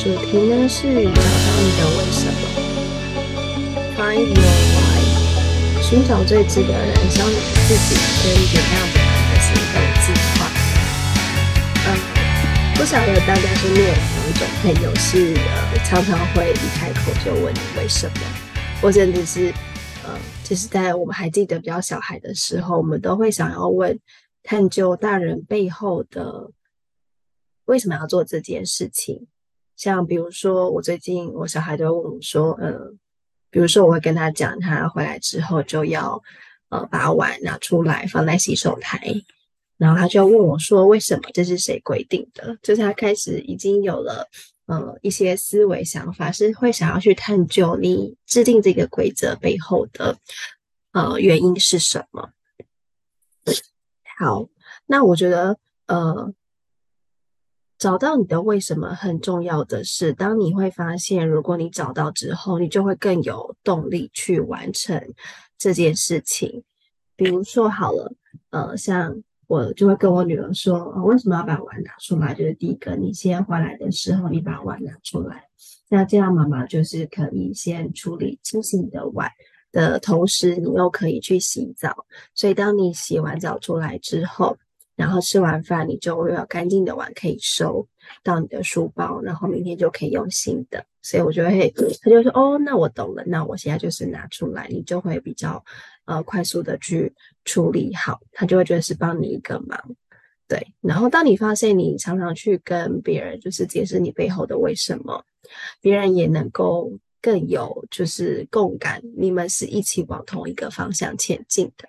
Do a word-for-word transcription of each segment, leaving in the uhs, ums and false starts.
主题呢是找到你的为什么，Find Your Why，寻找最值得燃烧你自己跟点亮别人的行动计划。嗯，不晓得大家身边有哪一种朋友是呃常常会一开口就问你为什么，或甚至是呃就是在我们还记得比较小孩的时候，我们都会想要问探究大人背后的为什么要做这件事情。像比如说我最近我小孩都会问我说呃，比如说我会跟他讲他回来之后就要呃把碗拿出来放在洗手台，然后他就问我说为什么，这是谁规定的，就是他开始已经有了呃一些思维想法，是会想要去探究你制定这个规则背后的呃原因是什么。好，那我觉得呃找到你的为什么很重要的是，当你会发现，如果你找到之后，你就会更有动力去完成这件事情。比如说好了，呃，像我就会跟我女儿说，呃为什么要把碗拿出来？就是第一个，你先回来的时候，你把碗拿出来，那这样妈妈就是可以先处理清洗你的碗的同时，你又可以去洗澡。所以当你洗完澡出来之后，然后吃完饭，你就会有干净的碗可以收到你的书包，然后明天就可以用新的。所以我就会，他就说，哦，那我懂了，那我现在就是拿出来，你就会比较呃快速的去处理好，他就会觉得是帮你一个忙。对，然后当你发现你常常去跟别人就是解释你背后的为什么，别人也能够更有就是共感，你们是一起往同一个方向前进的。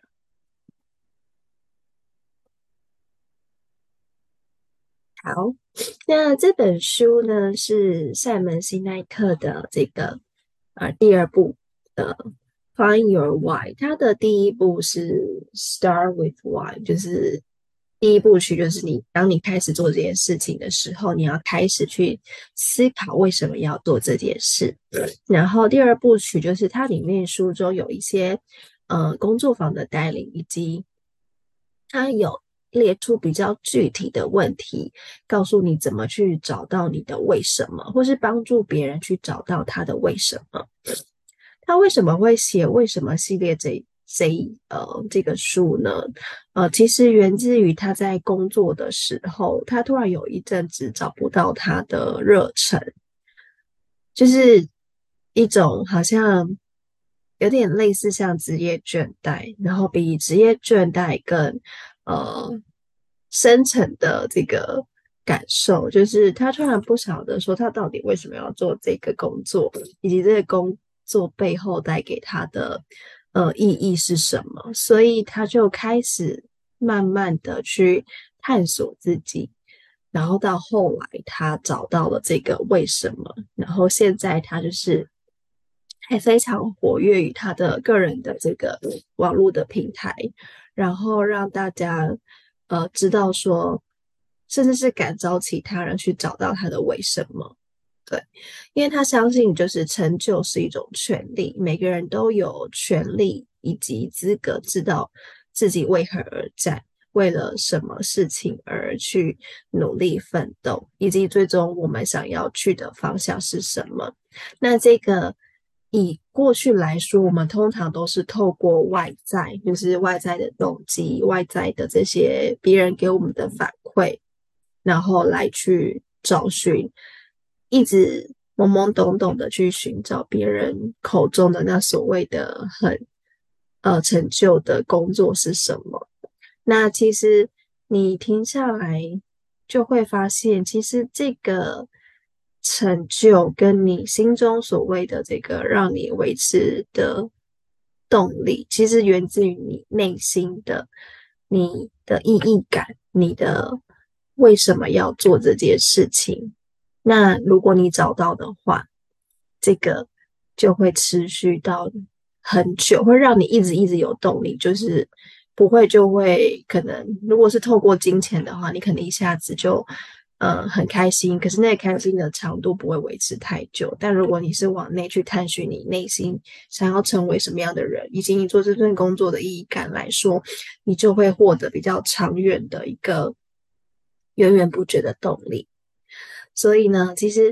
好，那这本书呢是塞门西奈特的这个呃第二部的 Find Your Why，它的第一部是 Start with Why，就是第一部曲，就是你当你开始做这件事情的时候，你要开始去思考为什么要做这件事。然后第二部曲就是它里面书中有一些呃工作坊的带领，以及它有列出比较具体的问题，告诉你怎么去找到你的为什么，或是帮助别人去找到他的为什么。他为什么会写为什么系列这这呃这个书呢？呃，其实源自于他在工作的时候，他突然有一阵子找不到他的热忱，就是一种好像有点类似像职业倦怠，然后比职业倦怠更呃深层的这个感受，就是他突然不晓得说他到底为什么要做这个工作，以及这个工作背后带给他的呃意义是什么，所以他就开始慢慢的去探索自己。然后到后来，他找到了这个为什么，然后现在他就是还非常活跃于他的个人的这个网络的平台，然后让大家呃知道说，甚至是感召其他人去找到他的为什么。对，因为他相信就是成就是一种权利，每个人都有权利以及资格知道自己为何而战，为了什么事情而去努力奋斗，以及最终我们想要去的方向是什么。那这个以过去来说，我们通常都是透过外在，就是外在的动机、外在的这些别人给我们的反馈，然后来去找寻，一直懵懵懂懂的去寻找别人口中的那所谓的很呃成就的工作是什么。那其实你停下来就会发现，其实这个成就跟你心中所谓的这个让你维持的动力，其实源自于你内心的你的意义感，你的为什么要做这件事情。那如果你找到的话，这个就会持续到很久，会让你一直一直有动力，就是不会就会可能，如果是透过金钱的话，你可能一下子就呃很开心，可是那个开心的长度不会维持太久。但如果你是往内去探寻你内心想要成为什么样的人，以及你做这份工作的意义感来说，你就会获得比较长远的一个源源不绝的动力。所以呢，其实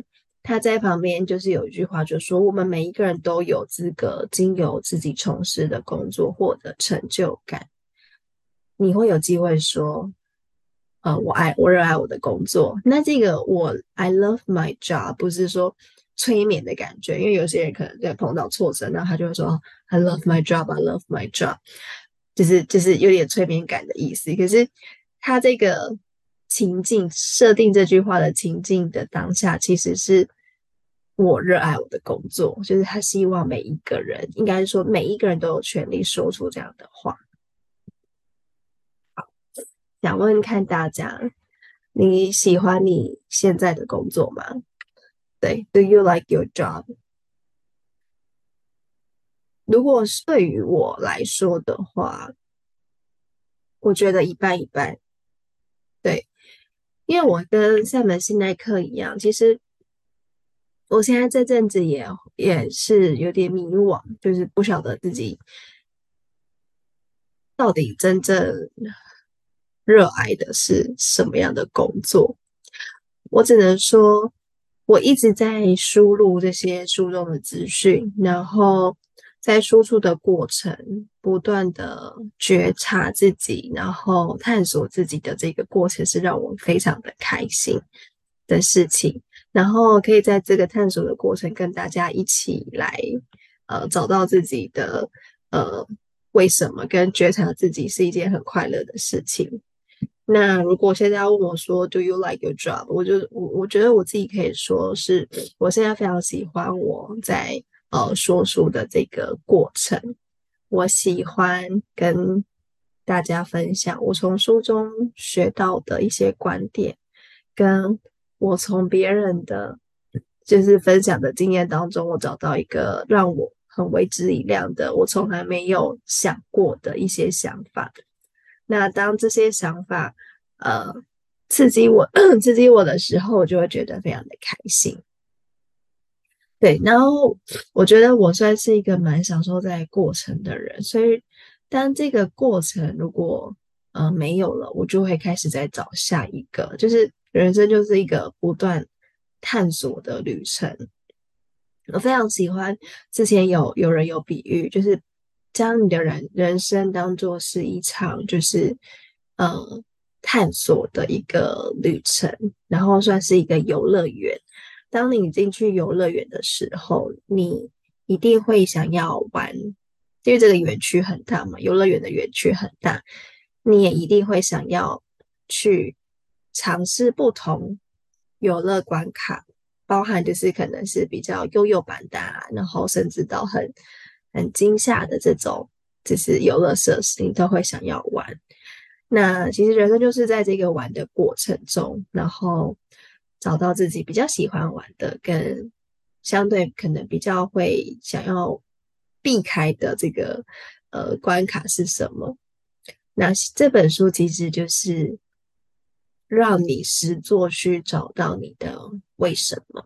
他在旁边就是有一句话就说，我们每一个人都有资格经由自己从事的工作获得成就感。你会有机会说，呃，我爱我热爱我的工作。那这个我 I love my job 不是说催眠的感觉，因为有些人可能在碰到挫折，然后他就会说 I love my job, I love my job， 就是就是有点催眠感的意思。可是他这个情境设定这句话的情境的当下，其实是我热爱我的工作，就是他希望每一个人，应该说每一个人都有权利说出这样的话。想问看大家，你喜欢你现在的工作吗？对，Do you like your job？如果是对于我来说的话，我觉得一半一半。对，因为我跟塞门信奈克一样，其实我现在这阵子也也是有点迷惘，就是不晓得自己到底真正热爱的是什么样的工作。我只能说，我一直在输入这些书中的资讯，然后在输出的过程，不断的觉察自己，然后探索自己的这个过程，是让我非常的开心的事情。然后可以在这个探索的过程，跟大家一起来，呃，找到自己的呃为什么，跟觉察自己是一件很快乐的事情。那如果现在要问我说 "Do you like your job"，我就我我觉得我自己可以说是，我现在非常喜欢我在呃说书的这个过程。我喜欢跟大家分享我从书中学到的一些观点，跟我从别人的就是分享的经验当中，我找到一个让我很为之一亮的，我从来没有想过的一些想法。那当这些想法呃刺激我刺激我的时候，我就会觉得非常的开心。对，然后我觉得我算是一个蛮享受在过程的人，所以当这个过程如果呃没有了，我就会开始在找下一个，就是人生就是一个不断探索的旅程。我非常喜欢之前有有人有比喻，就是将你的人人生当做是一场就是呃探索的一个旅程，然后算是一个游乐园。当你进去游乐园的时候，你一定会想要玩，因为这个园区很大嘛，游乐园的园区很大，你也一定会想要去尝试不同游乐关卡。包含就是可能是比较悠悠版的啊，然后甚至到很很惊吓的这种，就是游乐设施，你都会想要玩。那其实人生就是在这个玩的过程中，然后找到自己比较喜欢玩的，跟相对可能比较会想要避开的这个呃关卡是什么。那这本书其实就是让你实作去找到你的为什么。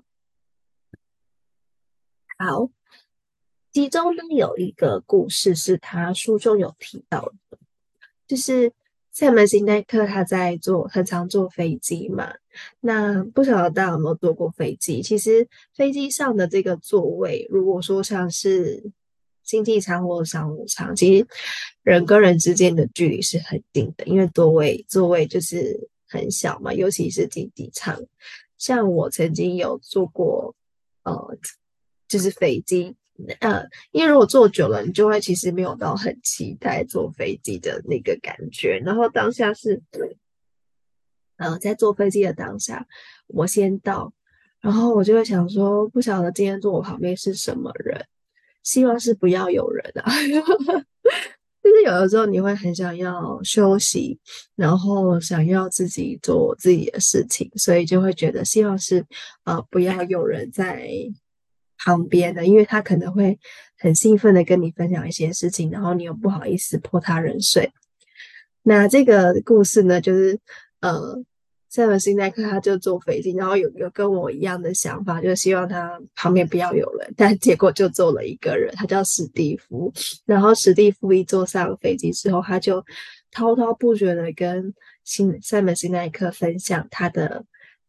好，其中呢有一个故事是他书中有提到的，就是塞门辛奈克他在坐很常坐飞机嘛，那不晓得大家有没有坐过飞机？其实飞机上的这个座位，如果说像是经济舱或商务舱，其实人跟人之间的距离是很近的，因为座位座位就是很小嘛，尤其是经济舱。像我曾经有坐过，呃，就是飞机，呃，因为如果坐久了，你就会其实没有到很期待坐飞机的那个感觉。然后当下是，呃，在坐飞机的当下，我先到，然后我就会想说，不晓得今天坐我旁边是什么人，希望是不要有人啊。就是有的时候你会很想要休息，然后想要自己做自己的事情，所以就会觉得希望是呃不要有人在旁边的，因为他可能会很兴奋的跟你分享一些事情，然后你又不好意思泼他冷水。那这个故事呢，就是呃，塞文辛奈克他就坐飞机，然后有有跟我一样的想法，就是希望他旁边不要有人，但结果就坐了一个人，他叫史蒂夫。然后史蒂夫一坐上飞机之后，他就滔滔不绝的跟辛塞门辛奈克分享他的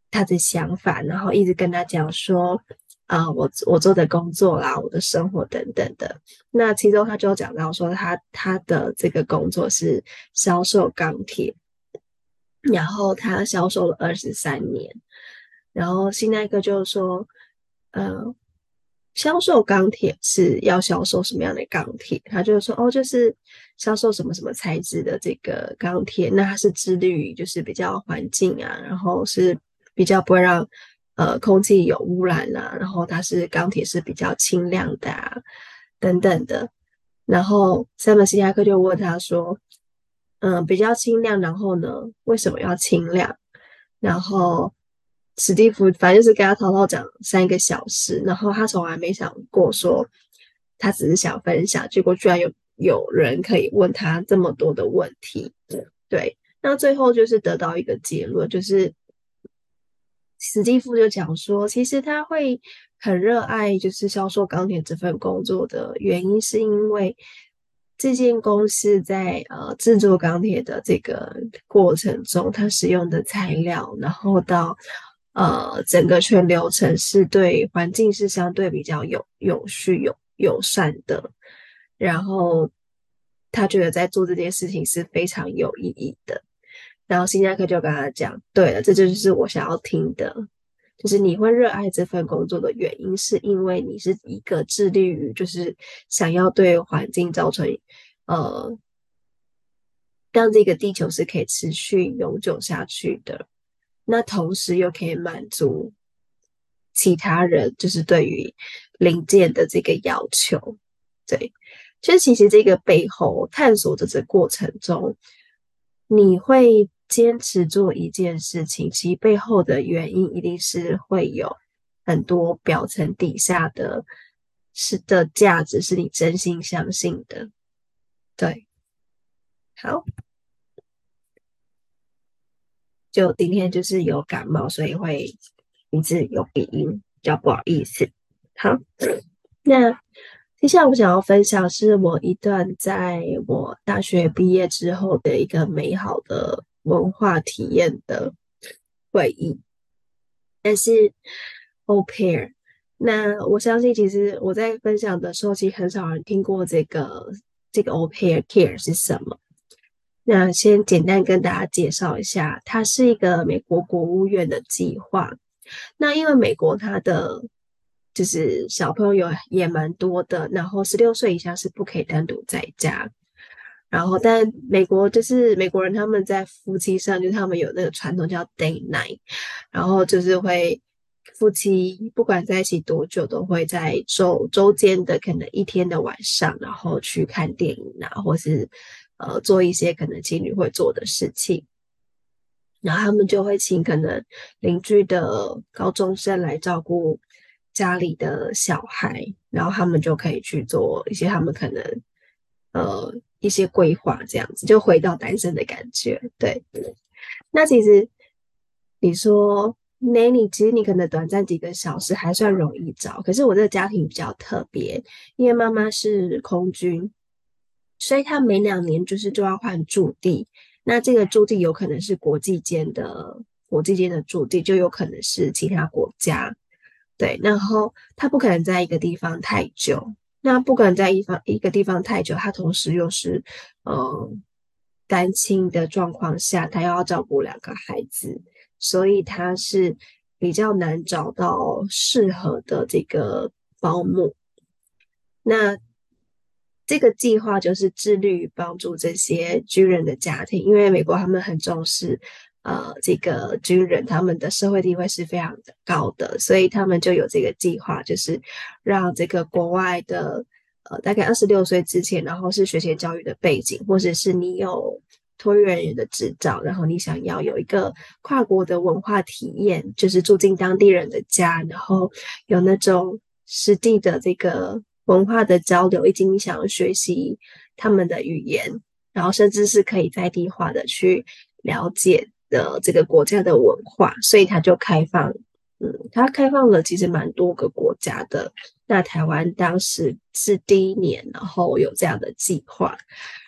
他的想法，然后一直跟他讲说，啊、呃我我做的工作啦，我的生活等等的。那其中他就讲到说他，他的这个工作是销售钢铁，然后他销售了二十三年，然后新奈克就说，呃，销售钢铁是要销售什么样的钢铁？他就说，哦，就是销售什么什么材质的这个钢铁，那它是致力于就是比较环境啊，然后是比较不会让呃空气有污染啊，然后它是钢铁是比较轻量的啊，等等的。然后塞门西亚克就问他说，嗯，比较轻量，然后呢，为什么要轻量？然后史蒂夫反正就是跟他滔滔讲三个小时，然后他从来没想过说他只是想分享，结果居然有有人可以问他这么多的问题。对，那最后就是得到一个结论，就是史蒂夫就讲说，其实他会很热爱就是销售钢铁这份工作的原因，是因为这间公司在呃制作钢铁的这个过程中，它使用的材料，然后到呃整个全流程是对环境是相对比较有有序、有友善的，然后他觉得在做这件事情是非常有意义的。然后新加克就跟他讲，对了，这就是我想要听的，就是你会热爱这份工作的原因，是因为你是一个致力于就是想要对环境造成呃让这个地球是可以持续永久下去的，那同时又可以满足其他人就是对于零件的这个要求。对，就其实这个背后探索的这个过程中，你会坚持做一件事情，其背后的原因一定是会有很多表层底下的是的价值，是你真心相信的。对，好，就今天就是有感冒，所以会一直有鼻音，比较不好意思。好，那接下来我想要分享是我一段在我大学毕业之后的一个美好的文化体验的回忆，但是 au pair。那我相信，其实我在分享的时候，其实很少人听过这个这个 au pair care 是什么。那先简单跟大家介绍一下，它是一个美国国务院的计划。那因为美国它的就是小朋友也蛮多的，然后十六岁以下是不可以单独在家。然后，但美国就是美国人他们在夫妻上，就是他们有那个传统叫 day night，然后就是会夫妻不管在一起多久，都会在周周间的可能一天的晚上，然后去看电影啊，或是呃做一些可能情侣会做的事情。然后他们就会请可能邻居的高中生来照顾家里的小孩，然后他们就可以去做一些他们可能呃一些规划，这样子就回到单身的感觉。对，那其实你说 nanny，其实你可能短暂几个小时还算容易找，可是我这个家庭比较特别，因为妈妈是空军，所以她每两年就是就要换驻地。那这个驻地有可能是国际间的国际间的驻地，就有可能是其他国家。对，然后他不可能在一个地方太久，那不可能在一方一个地方太久，他同时又是呃单亲的状况下，他又要照顾两个孩子，所以他是比较难找到适合的这个保姆。那这个计划就是致力于帮助这些军人的家庭，因为美国他们很重视，呃，这个军人他们的社会地位是非常的高的，所以他们就有这个计划，就是让这个国外的，呃，大概二十六岁之前，然后是学前教育的背景，或者是你有托育人员的执照，然后你想要有一个跨国的文化体验，就是住进当地人的家，然后有那种实地的这个文化的交流，以及你想要学习他们的语言，然后甚至是可以在地化的去了解的这个国家的文化，所以它就开放，嗯，它开放了其实蛮多个国家的。那台湾当时是第一年，然后有这样的计划。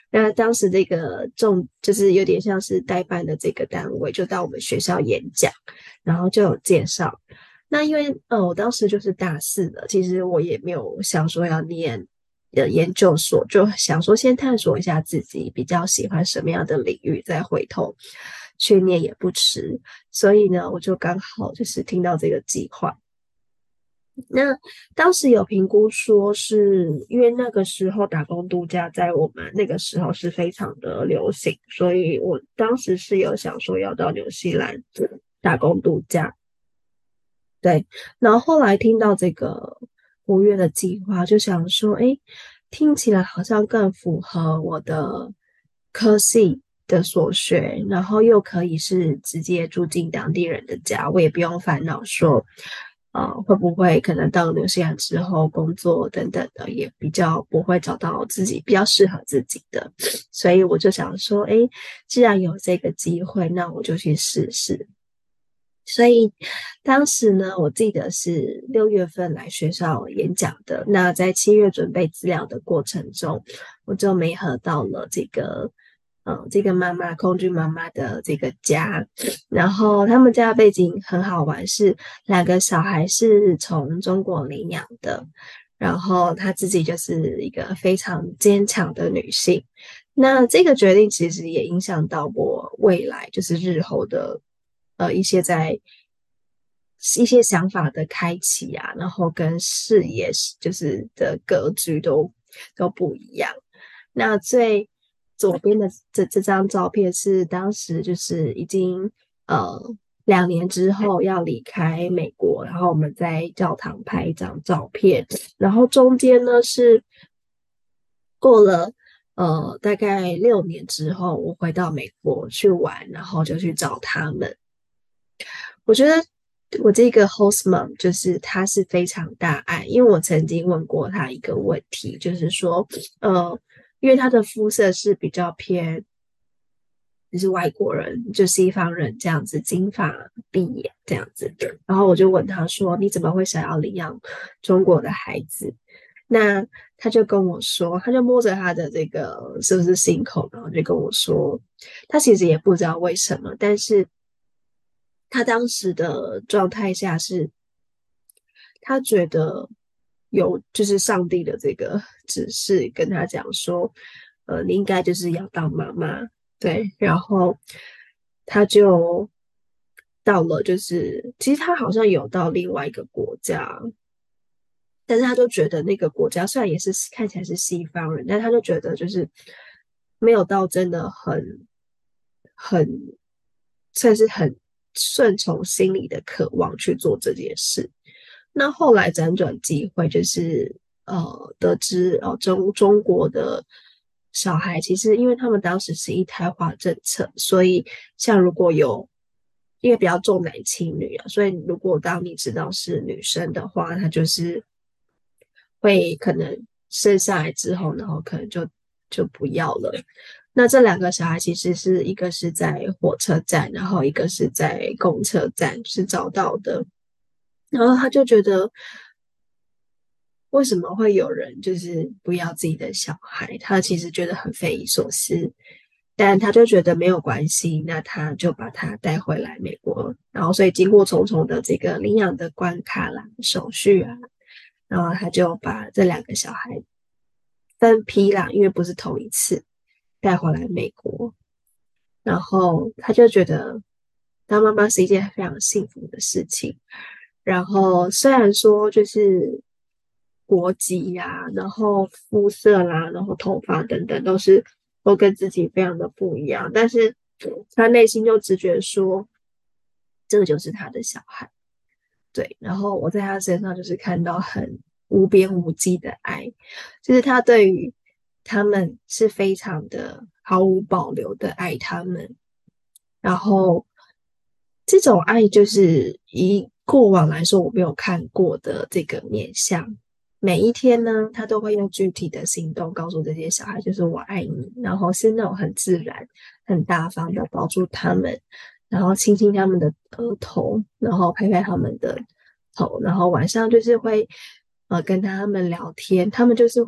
那当时这个重就是有点像是代办的这个单位，就到我们学校演讲，然后就有介绍。那因为呃，我当时就是大四了，其实我也没有想说要念呃研究所，就想说先探索一下自己比较喜欢什么样的领域，再回头去念也不迟。所以呢，我就刚好就是听到这个计划。那当时有评估说是因为那个时候打工度假在我们那个时候是非常的流行，所以我当时是有想说要到纽西兰打工度假。对，然后后来听到这个五月的计划，就想说，诶，听起来好像更符合我的科系的所学，然后又可以是直接住进当地人的家，我也不用烦恼说，呃，会不会可能到纽西兰之后工作等等的，也比较不会找到自己比较适合自己的，所以我就想说，诶，既然有这个机会，那我就去试试。所以当时呢，我记得是六月份来学校演讲的。那在七月准备资料的过程中，我就媒合到了这个，嗯，这个妈妈空军妈妈的这个家。然后他们家背景很好玩，是两个小孩是从中国领养的，然后她自己就是一个非常坚强的女性。那这个决定其实也影响到我未来，就是日后的。呃一些在一些想法的开启啊，然后跟视野就是的格局都都不一样。那最左边的这这张照片是当时就是已经呃两年之后要离开美国，然后我们在教堂拍一张照片，然后中间呢是过了呃大概六年之后，我回到美国去玩，然后就去找他们。我觉得我这个 host mom 就是她是非常大爱，因为我曾经问过她一个问题，就是说，呃，因为她的肤色是比较偏，就是外国人，就西方人这样子，金发碧眼这样子的。然后我就问她说：“你怎么会想要领养中国的孩子？”那她就跟我说，她就摸着她的这个是不是心口，然后就跟我说，她其实也不知道为什么，但是。他当时的状态下是，他觉得有就是上帝的这个指示跟他讲说，呃，你应该就是要当妈妈，对，然后他就到了，就是其实他好像有到另外一个国家，但是他就觉得那个国家虽然也是看起来是西方人，但他就觉得就是没有到真的很很算是很顺从心里的渴望去做这件事。那后来辗转机会，就是呃得知哦中中国的小孩其实因为他们当时是一胎化政策，所以像如果有因为比较重男轻女啊，所以如果当你知道是女生的话，她就是会可能生下来之后，然后可能就就不要了。那这两个小孩其实是一个是在火车站，然后一个是在公车站，是找到的。然后他就觉得，为什么会有人就是不要自己的小孩？他其实觉得很匪夷所思，但他就觉得没有关系，那他就把他带回来美国。然后所以经过重重的这个领养的关卡啦、手续啊，然后他就把这两个小孩分批啦，因为不是同一次带回来美国。然后他就觉得当妈妈是一件非常幸福的事情。然后虽然说就是国籍呀、然后肤色啦，然后头发等等都是都跟自己非常的不一样，但是他内心就直觉说，这个就是他的小孩。对，然后我在他身上就是看到很无边无际的爱，就是他对于他们是非常的毫无保留的爱他们，然后这种爱就是以过往来说我没有看过的这个面相。每一天呢，他都会用具体的行动告诉这些小孩，就是我爱你，然后是那种很自然、很大方的抱住他们，然后亲亲他们的额头，然后拍拍他们的头，然后晚上就是会呃跟他们聊天，他们就是会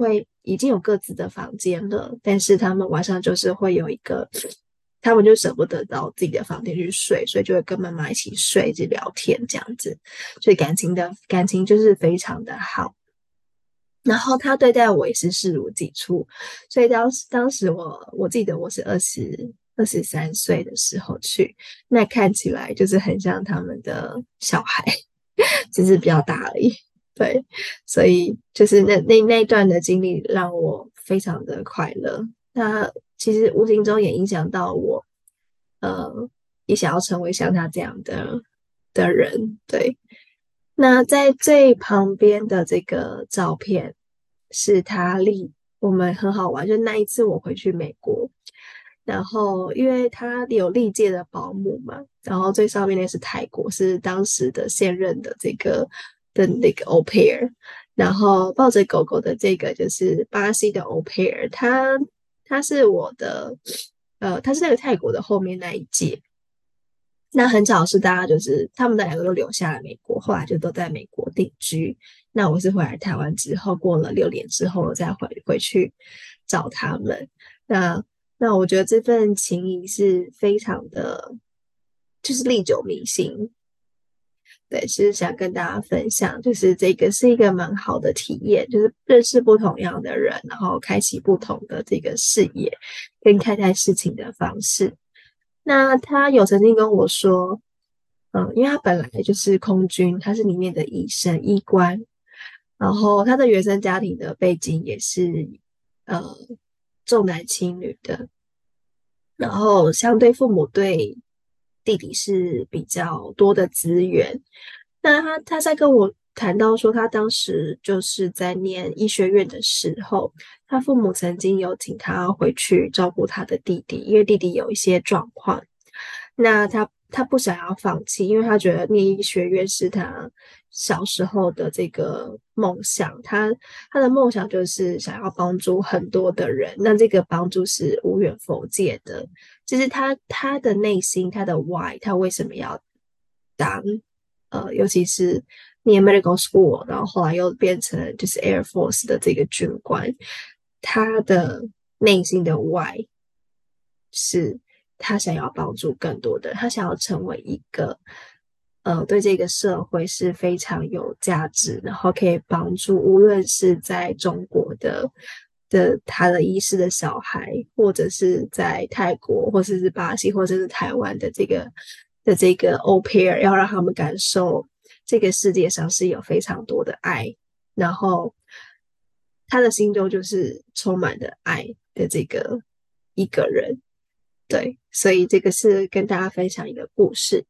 已经有各自的房间了，但是他们晚上就是会有一个，他们就舍不得到自己的房间去睡，所以就会跟妈妈一起睡，一起聊天这样子，所以感情的感情就是非常的好。然后他对待我也是视如己出，所以当时当时我我记得我是二十二十三岁的时候去，那看起来就是很像他们的小孩，只是比较大而已。对，所以就是那那那一段的经历让我非常的快乐。那其实无形中也影响到我，呃，也想要成为像他这样的的人。对，那在最旁边的这个照片是他历，我们很好玩，就那一次我回去美国，然后因为他有历届的保姆嘛，然后最上面那是泰国，是当时的现任的这个的那个 au pair，然后抱着狗狗的这个就是巴西的 au pair，他他是我的，呃，他是那个泰国的后面那一届。那很巧是大家就是他们的两个都留下了美国，后来就都在美国定居。那我是回来台湾之后，过了六年之后，我再回回去找他们。那那我觉得这份情谊是非常的，就是历久弥新。对，是想跟大家分享，就是这个是一个蛮好的体验，就是认识不同样的人，然后开启不同的这个视野跟看待事情的方式。那他有曾经跟我说，嗯，因为他本来就是空军，他是里面的医生、医官，然后他的原生家庭的背景也是呃重男轻女的，然后相对父母对弟弟是比较多的资源。那他他在跟我谈到说，他当时就是在念医学院的时候，他父母曾经有请他回去照顾他的弟弟，因为弟弟有一些状况。那他他不想要放弃，因为他觉得念医学院是他小时候的这个梦想，他他的梦想就是想要帮助很多的人，那这个帮助是无远弗届的，就是他他的内心，他的 why，他为什么要当呃，尤其是念 medical school，然后后来又变成就是 Air Force 的这个军官，他的内心的 why 是他想要帮助更多的人，他想要成为一个呃对这个社会是非常有价值，然后可以帮助无论是在中国的的他的医师的小孩，或者是在泰国，或者是巴西，或者是台湾的这个的这个 au pair，要让他们感受这个世界上是有非常多的爱，然后他的心中就是充满了爱的这个一个人。对，所以这个是跟大家分享一个故事。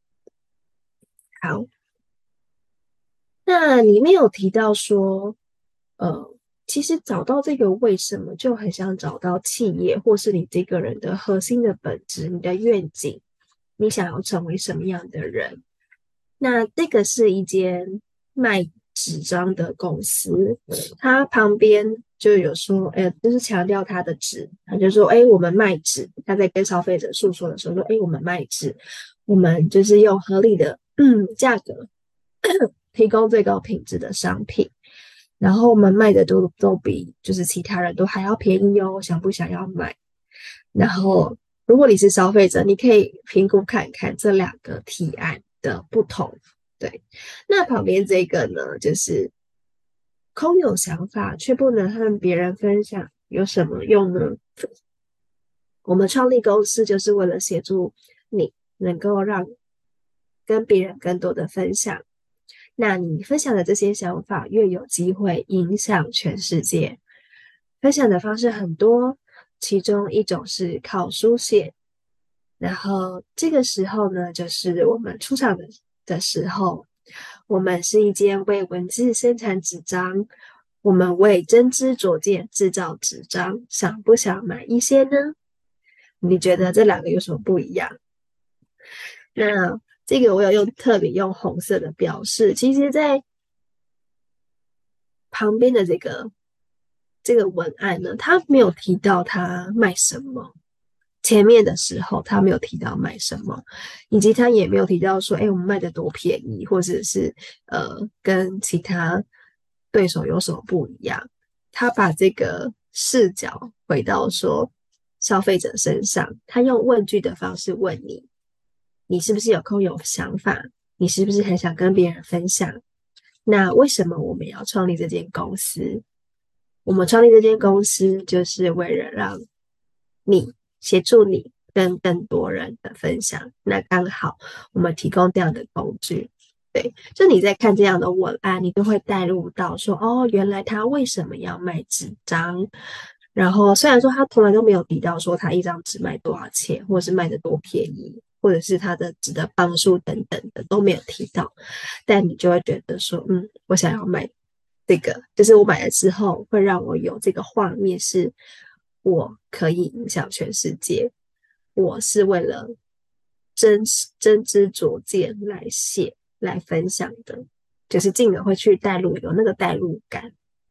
好，那里面有提到说，呃，其实找到这个为什么，就很想找到企业或是你这个人的核心的本质，你的愿景，你想要成为什么样的人。那这个是一间卖纸张的公司，它旁边就有说，哎，就是强调它的纸，他就说，哎，我们卖纸，他在跟消费者诉说的时候说，哎，我们卖纸，我们就是用合理的嗯价格提供最高品质的商品，然后我们卖的都都比就是其他人都还要便宜哦，想不想要买？然后如果你是消费者，你可以评估看看这两个提案的不同。对，那旁边这个呢，就是空有想法却不能和别人分享，有什么用呢？我们创立公司就是为了协助你能够让跟别人更多的分享。那你分享的这些想法越有机会影响全世界。分享的方式很多，其中一种是靠书写，然后这个时候呢，就是我们出场的的时候，我们是一间为文字生产纸张，我们为针织着件制造纸张，想不想买一些呢？你觉得这两个有什么不一样？那这个我有用特别用红色的标示，其实在旁边的这个这个文案呢，他没有提到他卖什么。前面的时候他没有提到卖什么，以及他也没有提到说，哎，我们卖的多便宜，或者是呃跟其他对手有什么不一样。 他把这个视角回到说消费者身上，他用问句的方式问你，你是不是有空有想法？你是不是很想跟别人分享？那为什么我们要创立这间公司？我们创立这间公司就是为了让你协助你跟更多人的分享。那刚好我们提供这样的工具。对，就你在看这样的文案，你就会带入到说，哦，原来他为什么要卖纸张？然后虽然说他从来都没有提到说他一张纸卖多少钱，或是卖的多便宜，或者是他的纸的磅数等等的都没有提到，但你就会觉得说，嗯，我想要买这个，就是我买了之后会让我有这个画面，是我可以影响全世界，我是为了真真知灼见来写来分享的，就是进而会去带入，有那个带入感。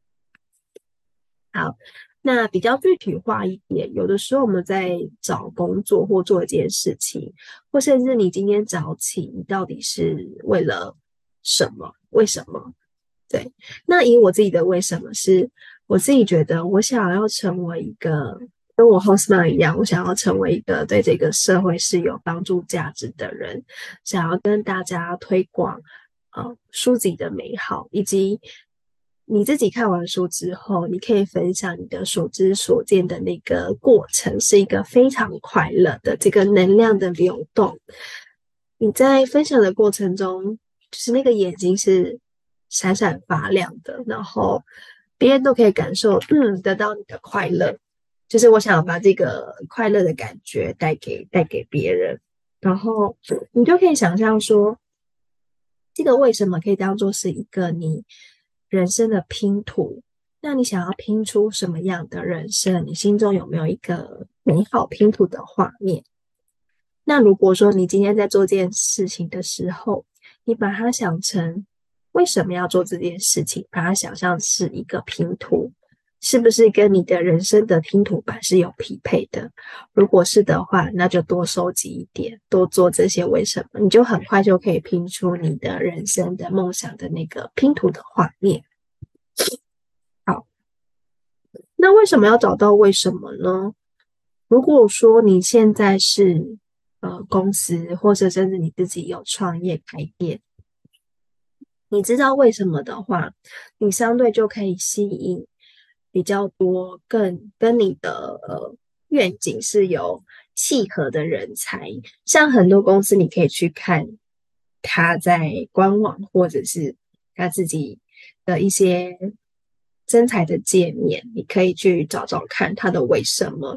好，那比较具体化一点，有的时候我们在找工作或做一件事情，或甚至你今天早起，你到底是为了什么？为什么？对，那以我自己的为什么是，我自己觉得我想要成为一个跟我 Hostman 一样，我想要成为一个对这个社会是有帮助价值的人，想要跟大家推广呃书籍的美好，以及你自己看完书之后，你可以分享你的所知所见的那个过程，是一个非常快乐的这个能量的流动。你在分享的过程中，就是那个眼睛是闪闪发亮的，然后别人都可以感受，嗯，得到你的快乐。就是我想把这个快乐的感觉带给带给别人，然后你就可以想象说，这个为什么可以当做是一个你人生的拼图？那你想要拼出什么样的人生？你心中有没有一个美好拼图的画面？那如果说你今天在做这件事情的时候，你把它想成为什么要做这件事情，把它想象是一个拼图，是不是跟你的人生的拼图板是有匹配的？如果是的话，那就多收集一点，多做这些为什么，你就很快就可以拼出你的人生的梦想的那个拼图的画面。好，那为什么要找到为什么呢？如果说你现在是呃公司，或者甚至你自己有创业开店，你知道为什么的话，你相对就可以吸引比较多更跟你的呃愿景是有契合的人才。像很多公司，你可以去看他在官网或者是他自己的一些征才的界面，你可以去找找看他的为什么。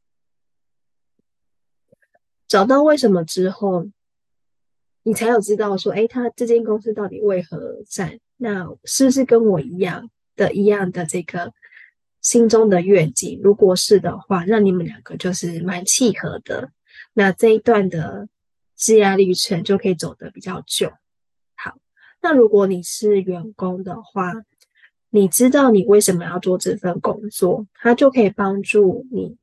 找到为什么之后，你才有知道说，诶，他这间公司到底为何而战？那是不是跟我一样的一样的这个心中的愿景？如果是的话，那你们两个就是蛮契合的。那这一段的职业历程就可以走得比较久。好，那如果你是员工的话，你知道你为什么要做这份工作，它就可以帮助你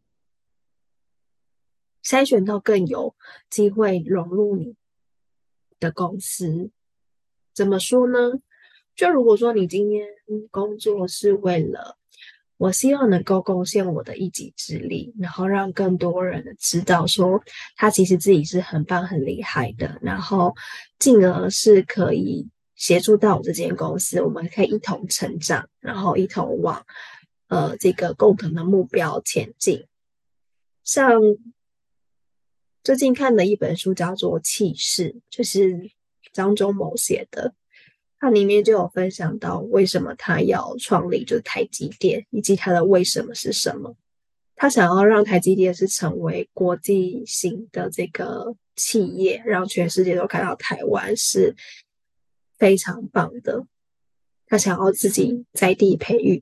筛选到更有机会融入你的公司。怎么说呢？就如果说你今天工作是为了我希望能够贡献我的一己之力，然后让更多人知道说他其实自己是很棒很厉害的，然后进而是可以协助到我这间公司，我们可以一同成长，然后一同往呃这个共同的目标前进。像最近看的一本书叫做《气势》，就是张忠谋写的。它里面就有分享到为什么他要创立就是台积电，以及他的为什么是什么。他想要让台积电是成为国际型的这个企业，让全世界都看到台湾是非常棒的。他想要自己在地培育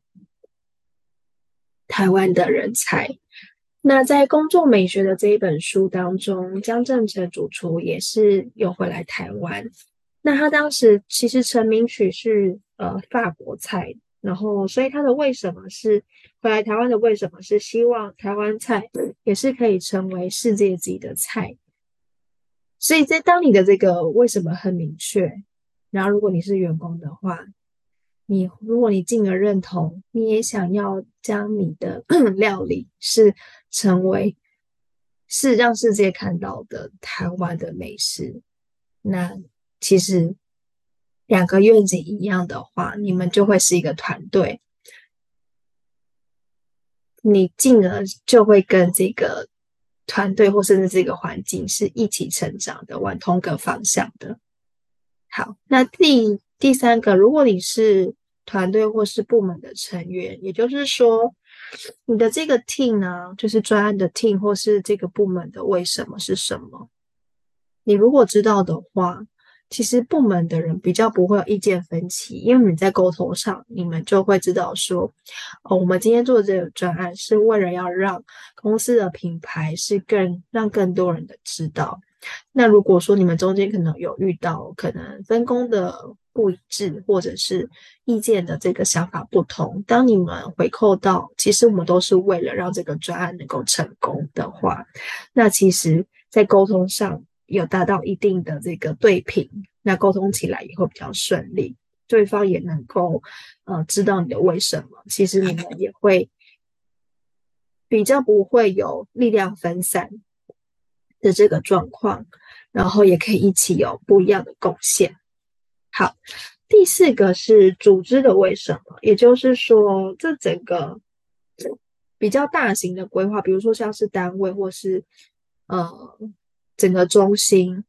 台湾的人才。那在工作美学的这一本书当中，江正成主厨也是有回来台湾。那他当时其实成名曲是呃法国菜，然后所以他的为什么是回来台湾的为什么是希望台湾菜也是可以成为世界级的菜。所以在当你的这个为什么很明确，然后如果你是员工的话， 你如果你进而认同，你也想要将你的料理是成为是让世界看到的台湾的美食，那其实两个愿景一样的话，你们就会是一个团队，你进而就会跟这个团队或甚至这个环境是一起成长的，往同个方向的。好，那第第三个，如果你是团队或是部门的成员，也就是说，你的这个 team 呢，就是专案的 team 或是这个部门的为什么是什么？你如果知道的话，其实部门的人比较不会有意见分歧，因为你在沟通上，你们就会知道说，哦，我们今天做这个专案是为了要让公司的品牌是更让更多人的知道。那如果说你们中间可能有遇到可能分工的不一致，或者是意见的这个想法不同，当你们回扣到其实我们都是为了让这个专案能够成功的话，那其实在沟通上有达到一定的这个对平，那沟通起来也会比较顺利，对方也能够呃知道你的为什么，其实你们也会比较不会有力量分散的这个状况，然后也可以一起有不一样的贡献。好，第四个是组织的为什么，也就是说，这整个比较大型的规划，比如说像是单位或是呃整个中心，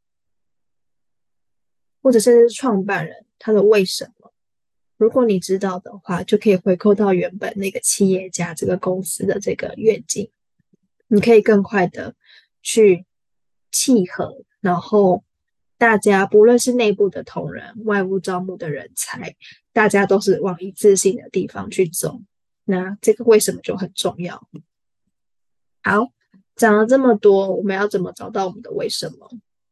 或者甚至是创办人，他的为什么，如果你知道的话，就可以回扣到原本那个企业家这个公司的这个愿景，你可以更快的去契合，然后大家不论是内部的同仁、外部招募的人才，大家都是往一致性的地方去走。那这个为什么就很重要。好，讲了这么多，我们要怎么找到我们的为什么？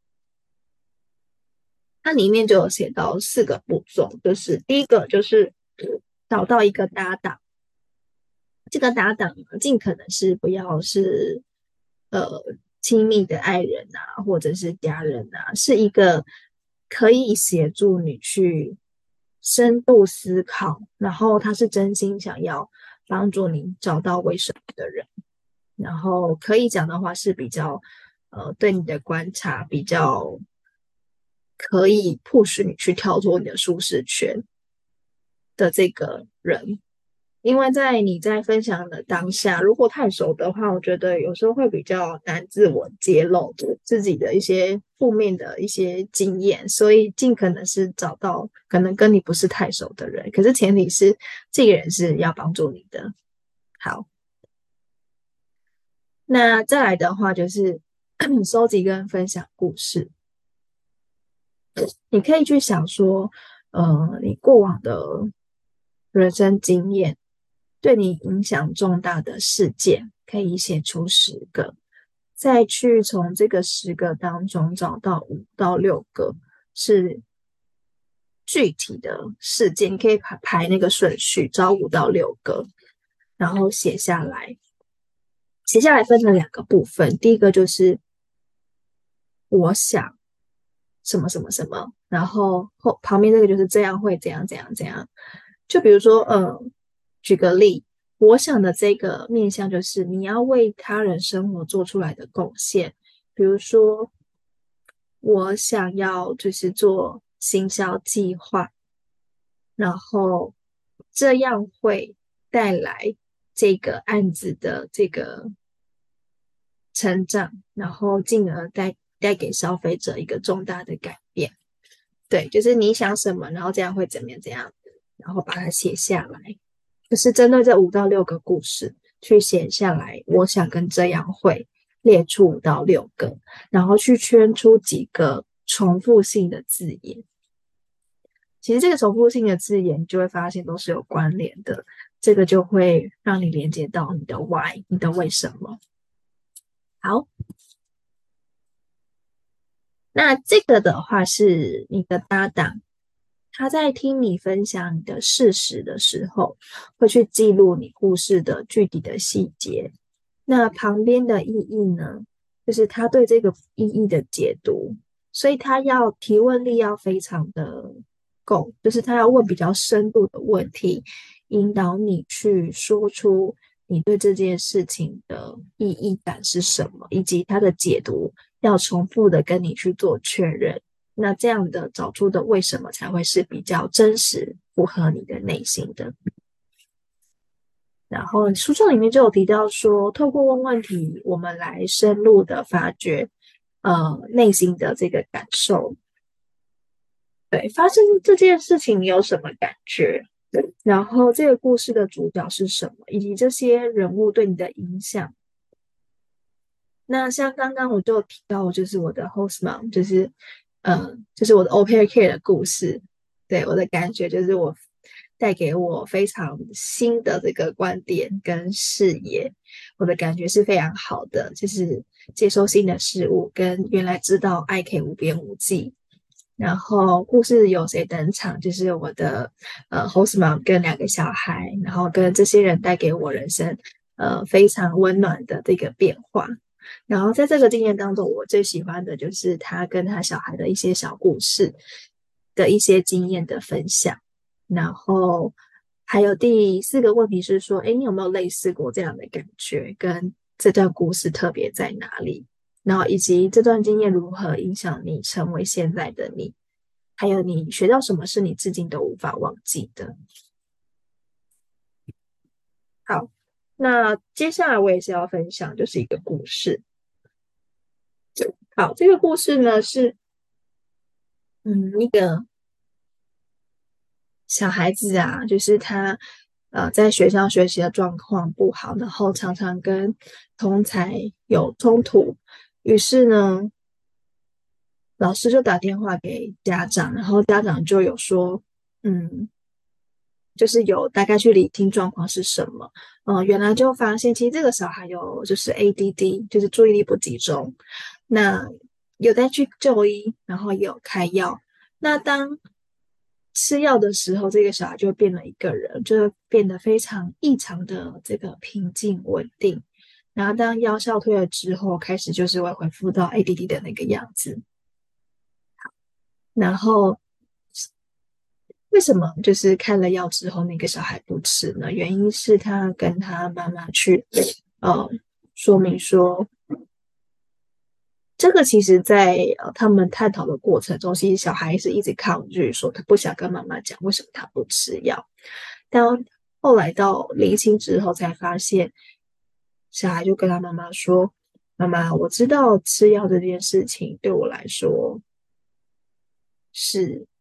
它里面就有写到四个步骤，就是第一个就是找到一个搭档，这个搭档尽可能是不要是呃亲密的爱人啊，或者是家人啊，是一个可以协助你去深度思考，然后他是真心想要帮助你找到为什么的人，然后可以讲的话是比较呃对你的观察比较可以 push 你去跳脱你的舒适圈的这个人。因为在你在分享的当下，如果太熟的话，我觉得有时候会比较难自我揭露自己的一些负面的一些经验，所以尽可能是找到可能跟你不是太熟的人，可是前提是这个人是要帮助你的。好，那再来的话就是收集跟分享故事，你可以去想说，呃，你过往的人生经验。对你影响重大的事件，可以写出十个，再去从这个十个当中找到五到六个是具体的事件，你可以排排那个顺序，找五到六个，然后写下来。写下来分成两个部分，第一个就是我想什么什么什么，然后后旁边这个就是这样会怎样怎样怎样。就比如说，呃，举个例，我想的这个面向就是你要为他人生活做出来的贡献。比如说，我想要就是做行销计划，然后这样会带来这个案子的这个成长，然后进而带带给消费者一个重大的改变。对，就是你想什么，然后这样会怎么样怎样，然后把它写下来。就是针对这五到六个故事去写下来，我想跟这样会列出五到六个，然后去圈出几个重复性的字眼。其实这个重复性的字眼，你就会发现都是有关联的，这个就会让你连接到你的 why， 你的为什么。好，那这个的话是你的搭档，他在听你分享你的事实的时候，会去记录你故事的具体的细节。那旁边的意义呢，就是他对这个意义的解读，所以他要提问力要非常的构，就是他要问比较深度的问题，引导你去说出你对这件事情的意义感是什么，以及他的解读要重复的跟你去做确认。那这样的找出的为什么才会是比较真实、符合你的内心的。然后书中里面就有提到说，透过问问题，我们来深入的发掘，呃，内心的这个感受。对，发生这件事情你有什么感觉？然后这个故事的主角是什么，以及这些人物对你的影响。那像刚刚我就提到，就是我的 host mom，就是呃，就是我的 au pair care 的故事。对，我的感觉就是我带给我非常新的这个观点跟视野，我的感觉是非常好的，就是接受新的事物，跟原来知道爱可以无边无际。然后故事有谁登场？就是我的呃 host mom 跟两个小孩，然后跟这些人带给我人生呃非常温暖的这个变化。然后在这个经验当中，我最喜欢的就是他跟他小孩的一些小故事的一些经验的分享。然后还有第四个问题是说，诶，你有没有类似过这样的感觉？跟这段故事特别在哪里？然后以及这段经验如何影响你成为现在的你？还有你学到什么是你至今都无法忘记的？好，那接下来我也是要分享，就是一个故事。好，这个故事呢是，嗯，一个小孩子啊，就是他呃在学校学习的状况不好，然后常常跟同才有冲突，于是呢，老师就打电话给家长，然后家长就有说，嗯，就是有大概去理清状况是什么。嗯、呃，原来就发现其实这个小孩有就是 A D D，就是注意力不集中。那有带去就医，然后也有开药。那当吃药的时候，这个小孩就变了一个人，就变得非常异常的这个平静稳定。然后当药效退了之后，开始就是会恢复到 A D D 的那个样子。然后为什么就是开了药之后那个小孩不吃呢？原因是他跟他妈妈去呃说明说，这个其实在呃他们探讨的过程中，其实小孩是一直抗拒说他不想跟妈妈讲为什么他不吃药。但后来到离清之后才发现，小孩就跟他妈妈说：“妈妈，我知道吃药这件事情对我来说是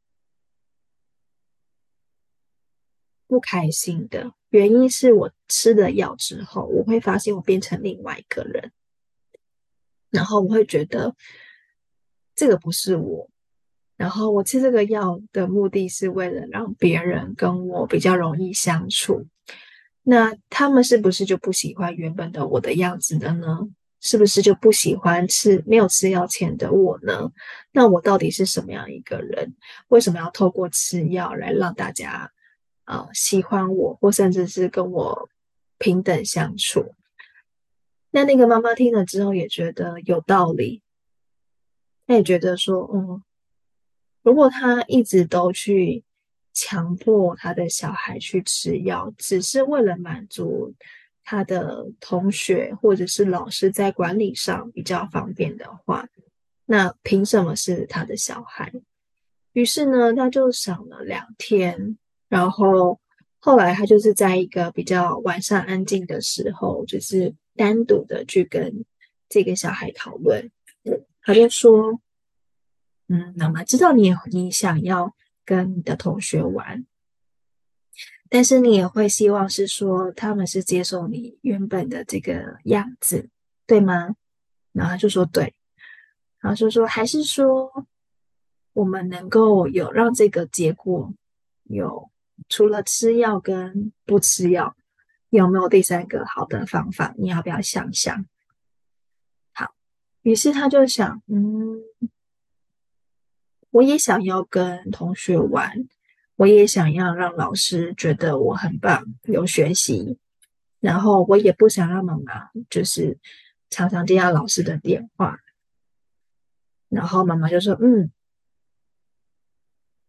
不开心的，原因是我吃了药之后，我会发现我变成另外一个人，然后我会觉得这个不是我。然后我吃这个药的目的是为了让别人跟我比较容易相处。那他们是不是就不喜欢原本的我的样子的呢？是不是就不喜欢吃没有吃药前的我呢？那我到底是什么样一个人？为什么要透过吃药来让大家呃喜欢我，或甚至是跟我平等相处？那那个妈妈听了之后也觉得有道理，她也觉得说，嗯，如果他一直都去强迫他的小孩去吃药，只是为了满足他的同学或者是老师在管理上比较方便的话，那凭什么是他的小孩？于是呢，他就想了两天，然后后来他就是在一个比较晚上安静的时候，就是单独的去跟这个小孩讨论。他就说：“嗯，妈妈知道你也你想要跟你的同学玩，但是你也会希望是说他们是接受你原本的这个样子，对吗？”然后他就说对，然后就说还是说我们能够有让这个结果有除了吃药跟不吃药，有没有第三个好的方法？你要不要想想？好，于是他就想，嗯，我也想要跟同学玩，我也想要让老师觉得我很棒，有学习，然后我也不想让妈妈就是常常接到老师的电话，然后妈妈就说，嗯，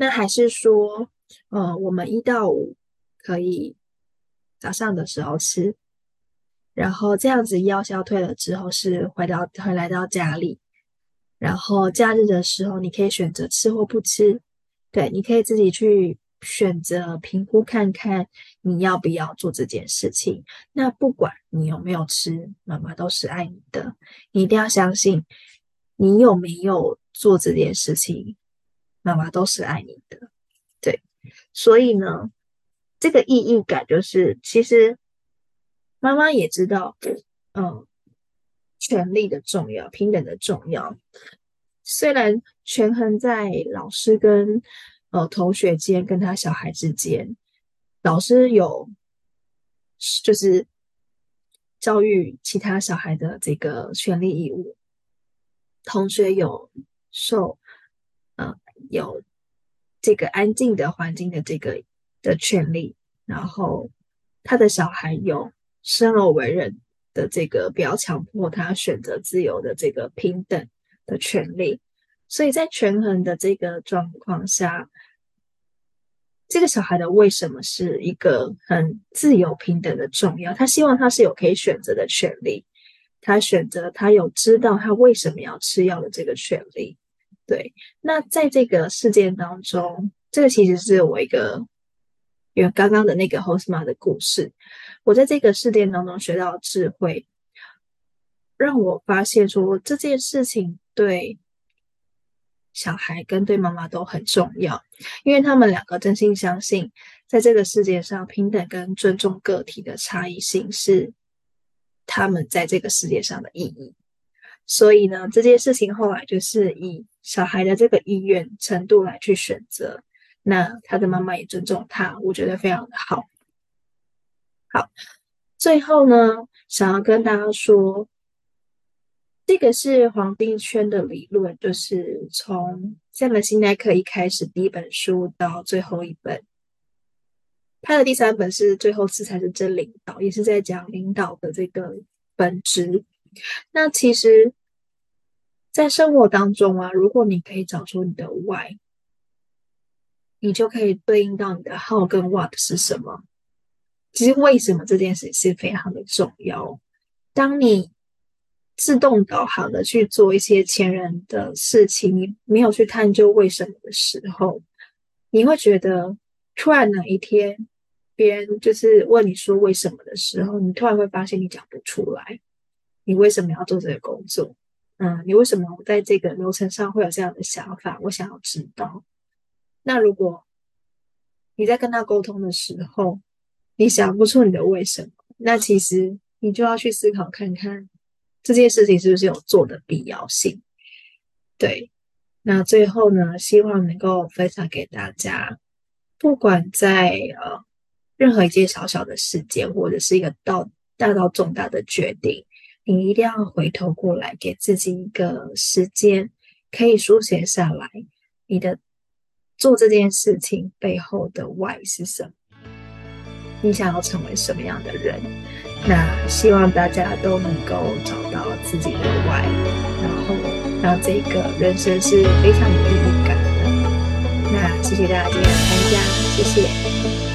那还是说，呃，我们一到五可以早上的时候吃，然后这样子药效退了之后是回到回来到家里，然后假日的时候你可以选择吃或不吃，对，你可以自己去选择评估看看你要不要做这件事情。那不管你有没有吃，妈妈都是爱你的，你一定要相信，你有没有做这件事情，妈妈都是爱你的。对，所以呢，这个意义感就是，其实妈妈也知道，嗯，权利的重要，平等的重要。虽然权衡在老师跟呃同学间，跟他小孩之间，老师有就是教育其他小孩的这个权利义务，同学有受呃有这个安静的环境的这个的权利，然后他的小孩有生而为人的这个不要强迫他选择自由的这个平等的权利，所以在权衡的这个状况下，这个小孩的为什么是一个很自由平等的重要，他希望他是有可以选择的权利，他选择他有知道他为什么要吃药的这个权利。对，那在这个事件当中，这个其实是我一个因为刚刚的那个 Hostma 的故事，我在这个事件当中学到智慧，让我发现说这件事情对小孩跟对妈妈都很重要，因为他们两个真心相信，在这个世界上，平等跟尊重个体的差异性是他们在这个世界上的意义。所以呢，这件事情后来就是以小孩的这个意愿程度来去选择，那他的妈妈也尊重他，我觉得非常的好。好，最后呢，想要跟大家说，这个是黄帝圈的理论，就是从塞门新奈克一开始第一本书到最后一本，他的第三本是最后次才是真领导，也是在讲领导的这个本质。那其实在生活当中啊，如果你可以找出你的 why， 你就可以对应到你的 how 跟 what 是什么。其实为什么这件事是非常的重要。当你自动导航的去做一些前人的事情，你没有去探究为什么的时候，你会觉得突然哪一天别人就是问你说为什么的时候，你突然会发现你讲不出来，你为什么要做这个工作？嗯，你为什么在这个流程上会有这样的想法？我想要知道。那如果你在跟他沟通的时候，你想不出你的为什么，那其实你就要去思考看看这件事情是不是有做的必要性。对，那最后呢，希望能够分享给大家，不管在呃任何一件小小的事件，或者是一个到大到重大的决定，你一定要回头过来，给自己一个时间，可以书写下来，你的做这件事情背后的 why 是什么？你想要成为什么样的人？那希望大家都能够找到自己的 why， 然后让这个人生是非常有意义感的。那谢谢大家今天的参加，谢谢。